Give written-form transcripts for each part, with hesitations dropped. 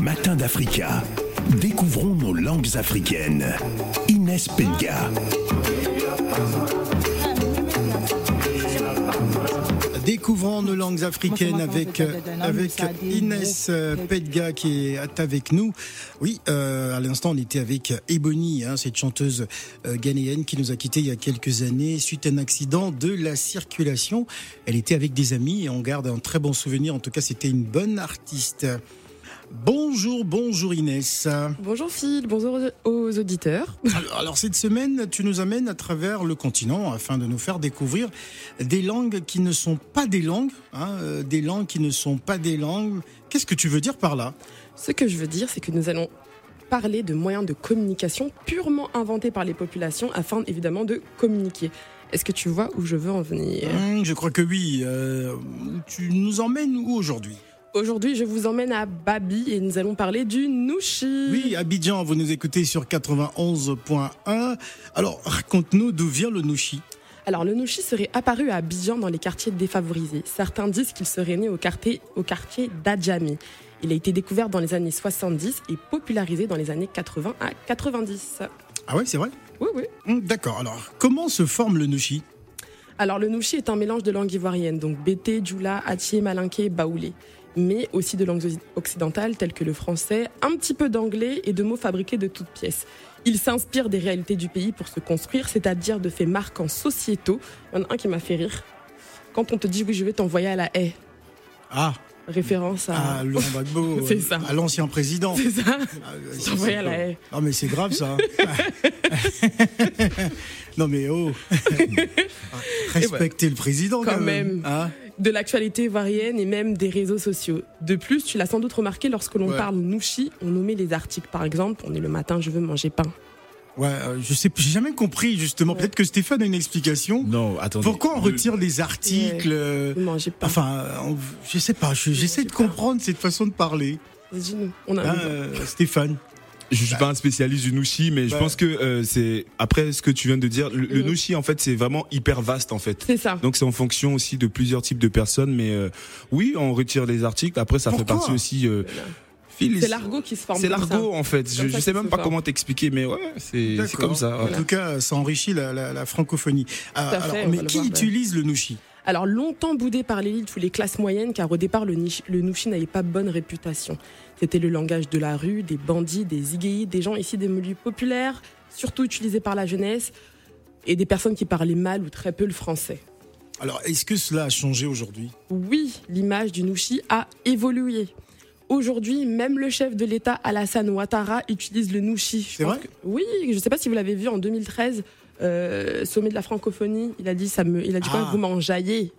matins d'Africa. Découvrons nos langues africaines. Inès Pedga. Découvrons nos langues africaines avec Inès Pedga qui est avec nous. Oui, à l'instant on était avec Ebony, cette chanteuse ghanéenne qui nous a quittés il y a quelques années suite à un accident de la circulation. Elle était avec des amis et on garde un très bon souvenir. En tout cas, c'était une bonne artiste. Bonjour Inès. Bonjour Phil, bonjour aux auditeurs. Alors cette semaine, tu nous amènes à travers le continent afin de nous faire découvrir des langues qui ne sont pas des langues, des langues qui ne sont pas des langues. Qu'est-ce que tu veux dire par là ? Ce que je veux dire, c'est que nous allons parler de moyens de communication purement inventés par les populations afin évidemment de communiquer. Est-ce que tu vois où je veux en venir ? Je crois que oui. Tu nous emmènes où aujourd'hui ? Aujourd'hui, je vous emmène à Babi et nous allons parler du Nouchi. Oui, Abidjan, vous nous écoutez sur 91.1. Alors, raconte-nous d'où vient le Nouchi. Alors, le Nouchi serait apparu à Abidjan dans les quartiers défavorisés. Certains disent qu'il serait né au quartier d'Adjami. Il a été découvert dans les années 70 et popularisé dans les années 80 à 90. Ah ouais, c'est vrai ? Oui. D'accord, alors, comment se forme le Nouchi ? Alors, le Nouchi est un mélange de langues ivoiriennes, donc Bété, Djoula, Attié, Malinké, Baoulé, mais aussi de langues occidentales telles que le français, un petit peu d'anglais et de mots fabriqués de toutes pièces. Il s'inspire des réalités du pays pour se construire, c'est-à-dire de faits marquants sociétaux. Il y en a un qui m'a fait rire. Quand on te dit « oui, je vais t'envoyer à la haie ». Ah, référence à Laurent Gbagbo, c'est ça. À l'ancien président. C'est ça. T'envoyer à la haie. Non mais c'est grave ça. Non mais respectez le président quand même. De l'actualité ivoirienne et même des réseaux sociaux. De plus, tu l'as sans doute remarqué, lorsque l'on parle Nouchi, on nommait les articles. Par exemple, on est le matin, je veux manger pain. Ouais, je sais, j'ai jamais compris justement. Peut-être que Stéphane a une explication. Non, attendez. Pourquoi on retire les articles Manger pain. Enfin, je sais pas. J'essaie de comprendre cette façon de parler. Dis-nous, on a Stéphane. Je suis pas un spécialiste du Nouchi, mais je pense que c'est après ce que tu viens de dire, le Nouchi en fait c'est vraiment hyper vaste en fait. C'est ça. Donc c'est en fonction aussi de plusieurs types de personnes, mais oui, on retire les articles. Après ça fait partie aussi. C'est l'argot qui se forme. C'est l'argot en fait. Je sais même pas comment t'expliquer, mais ouais, c'est comme ça. En tout cas, ça enrichit la francophonie. Alors, mais qui utilise le Nouchi ? Alors, longtemps boudé par l'élite ou les classes moyennes, car au départ, le Nouchi n'avait pas bonne réputation. C'était le langage de la rue, des bandits, des iguéis, des gens ici des milieux populaires, surtout utilisé par la jeunesse, et des personnes qui parlaient mal ou très peu le français. Alors, est-ce que cela a changé aujourd'hui ? Oui, l'image du Nouchi a évolué. Aujourd'hui, même le chef de l'État, Alassane Ouattara, utilise le Nouchi. C'est vrai ? Oui, je ne sais pas si vous l'avez vu en 2013, sommet de la francophonie, il a dit quoi, vous m'enjaillez.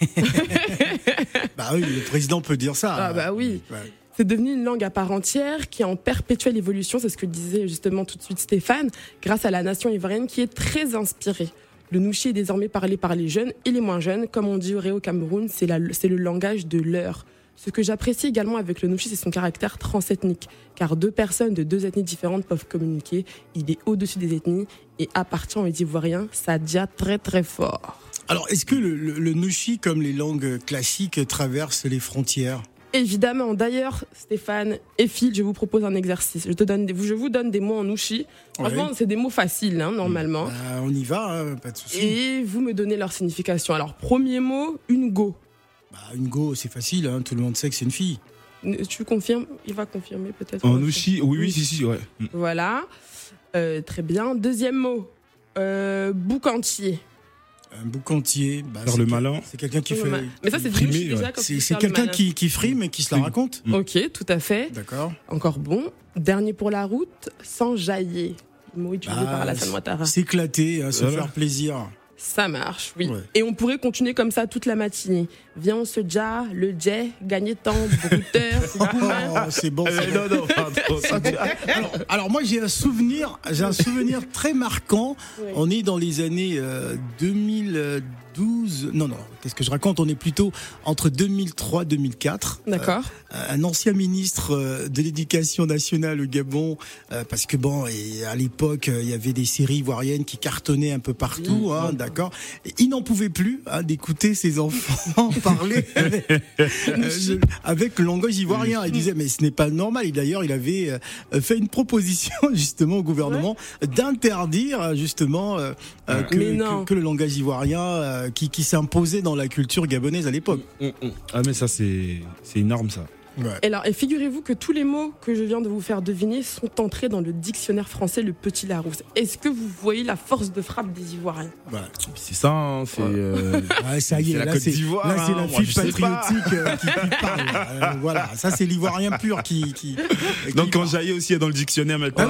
Bah oui, le président peut dire ça. Ah bah oui. Ouais. C'est devenu une langue à part entière qui est en perpétuelle évolution, c'est ce que disait justement tout de suite Stéphane, grâce à la nation ivoirienne qui est très inspirée. Le Nouchi est désormais parlé par les jeunes et les moins jeunes. Comme on dit au Cameroun, c'est le langage de l'heure. Ce que j'apprécie également avec le Nouchi, c'est son caractère transethnique, car deux personnes de deux ethnies différentes peuvent communiquer. Il est au-dessus des ethnies et appartient aux Ivoiriens. Ça déjà très très fort. Alors, est-ce que le Nouchi, comme les langues classiques, traverse les frontières ? Évidemment. D'ailleurs, Stéphane et Phil, je vous propose un exercice. Je vous donne des mots en Nouchi. Franchement, c'est des mots faciles, normalement. On y va, pas de souci. Et vous me donnez leur signification. Alors, premier mot, une go. Une go, c'est facile, tout le monde sait que c'est une fille. Tu confirmes ? Il va confirmer peut-être. En Nouchi, oui, si, ouais. Voilà, très bien. Deuxième mot, boucantier. Un boucantier, faire le malin. C'est quelqu'un qui fait. Mais ça, c'est frimer, du déjà. Quand c'est quelqu'un qui frime et qui se la raconte. Ok, tout à fait. D'accord. Encore bon. Dernier pour la route, s'enjailler. Mot utilisé par Alassane Ouattara. S'éclater, se faire plaisir. Ça marche, oui. Ouais. Et on pourrait continuer comme ça toute la matinée. Viens, on se ja, le jet, gagner temps, bruteur. C'est bon. Non, pardon. Alors moi j'ai un souvenir très marquant. Oui. On est dans les années 2012. Non, qu'est-ce que je raconte ? On est plutôt entre 2003 et 2004. D'accord. Un ancien ministre de l'Éducation nationale au Gabon, parce que et à l'époque il y avait des séries ivoiriennes qui cartonnaient un peu partout, d'accord. Et il n'en pouvait plus d'écouter ses enfants parler avec le langage ivoirien. Il disait mais ce n'est pas normal. Et d'ailleurs, il avait fait une proposition justement au gouvernement d'interdire justement que le langage ivoirien qui s'imposait dans la culture gabonaise à l'époque. Ah mais ça c'est énorme ça. Ouais. Et figurez-vous que tous les mots que je viens de vous faire deviner sont entrés dans le dictionnaire français Le Petit Larousse. Est-ce que vous voyez la force de frappe des Ivoiriens ? C'est ça, hein, ça y est, là c'est la fibre patriotique qui parle. Voilà, ça c'est l'Ivoirien pur qui donc Enjaillé aussi est dans le dictionnaire maintenant.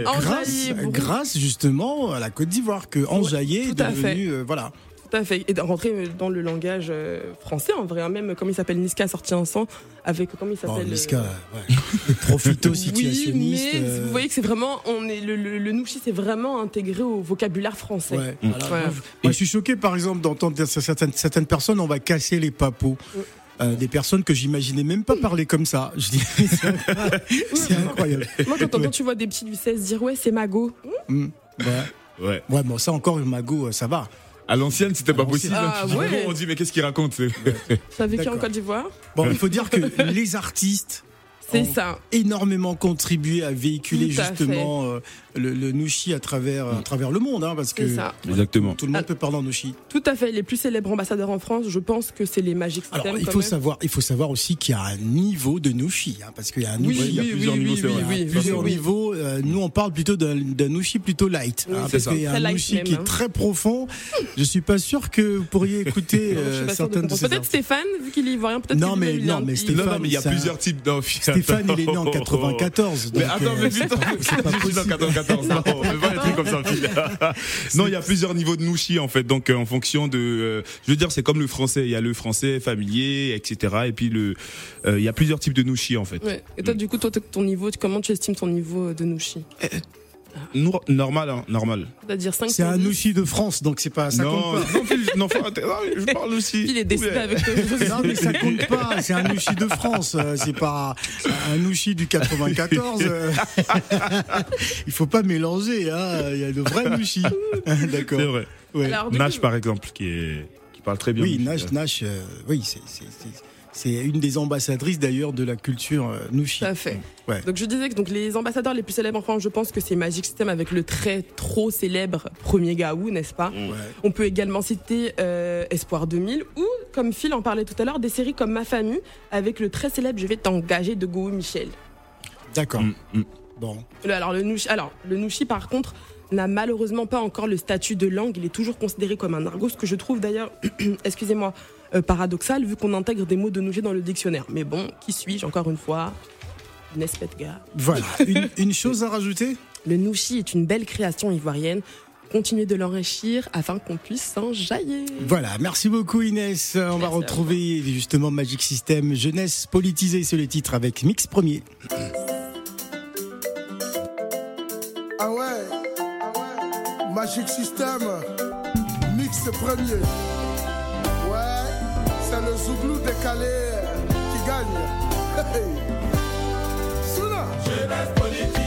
Grâce justement à la Côte d'Ivoire que Enjaillé est devenu voilà. Tout à fait. Et rentrer dans le langage français, en vrai, même, comme il s'appelle, Niska a sorti un son avec, comment il s'appelle Niska, le profito-situationniste. Oui, mais vous voyez que c'est vraiment, le nouchi, c'est vraiment intégré au vocabulaire français. Ouais. Moi, je suis choqué, par exemple, d'entendre certaines personnes, on va casser les papos. Des personnes que j'imaginais même pas parler comme ça. Je dis, c'est incroyable. Moi, quand tu vois des petits du 16 dire, ouais, c'est Mago. Ouais, bon, ça encore, Mago, ça va. À l'ancienne, c'était pas possible. Ouais. On dit, mais qu'est-ce qu'il raconte ? Ça a vécu en Côte d'Ivoire ? Bon, il faut dire que les artistes ont énormément contribué à véhiculer justement le nouchi à travers le monde, hein, parce que exactement. Tout le monde peut parler en nouchi. Tout à fait. Les plus célèbres ambassadeurs en France, je pense que c'est les Magic System. Alors, il faut savoir aussi qu'il y a un niveau de nouchi, hein, parce qu'il y a un nouchi, il y a plusieurs niveaux. Plusieurs niveaux. Nous, on parle plutôt d'un nouchi plutôt light, parce qu'il y a un nouchi qui est très profond. Je suis pas sûr que vous pourriez écouter certaines de ces. Peut-être Stéphane, vu qu'il est ivoirien, peut-être. Non, mais Stéphane, il y a plusieurs types d'enfants. Stéphane, il est né en 94. Mais attends, mais putain, c'est pas possible. En 94, non, on fait pas des trucs comme ça. Non, il y a plusieurs niveaux de nouchi en fait. Donc en fonction de, je veux dire, c'est comme le français. Il y a le français familier, etc. Et puis il y a plusieurs types de nouchi en fait. Ouais. Et toi, du coup, ton niveau, comment tu estimes ton niveau de nouchi ? Normal, hein, normal. C'est-à-dire 5. C'est un nouchi de France, donc c'est pas ça compte pas. Non, je parle aussi. Il est décidé avec toi. Non, mais ça compte pas. C'est un nouchi de France. C'est pas un nouchi du 94. Il faut pas mélanger. Hein. Il y a de vrais nouchis. D'accord. C'est vrai. Ouais. Nash, par exemple, qui parle très bien. Oui, Nash. Oui, c'est une des ambassadrices d'ailleurs de la culture nouchi. Tout à fait. Ouais. Donc je disais que les ambassadeurs les plus célèbres en France, je pense que c'est Magic System avec le trop célèbre Premier Gaou, n'est-ce pas ? Ouais. On peut également citer Espoir 2000 ou, comme Phil en parlait tout à l'heure, des séries comme Ma Famille avec le très célèbre Je vais t'engager de Go Michel. D'accord. Bon. Alors le nouchi par contre n'a malheureusement pas encore le statut de langue. Il est toujours considéré comme un argot, ce que je trouve d'ailleurs, excusez-moi, paradoxal vu qu'on intègre des mots de nouchi dans le dictionnaire. Mais bon, qui suis-je encore une fois ? Inès Pedga. Voilà. Une chose à rajouter ? Le nouchi est une belle création ivoirienne. Continuez de l'enrichir afin qu'on puisse s'enjailler. Voilà, merci beaucoup Inès. On va retrouver justement Magic System, Jeunesse politisée, c'est le titre avec Mix Premier. Ah ouais, Magic System, Mix Premier. Ouais, c'est le Zouglou décalé qui gagne. Hey. Souna. Jeunesse politisée.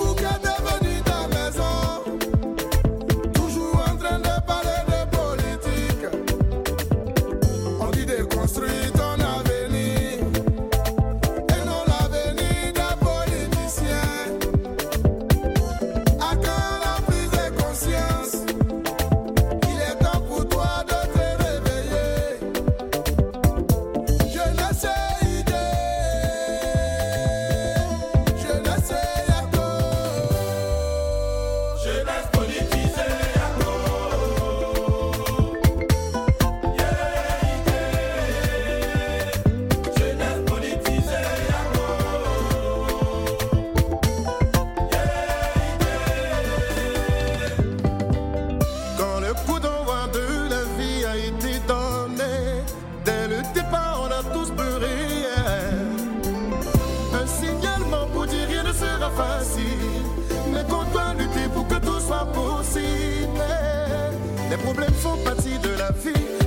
Toujours en train de parler de politique. Les problèmes font partie de la vie.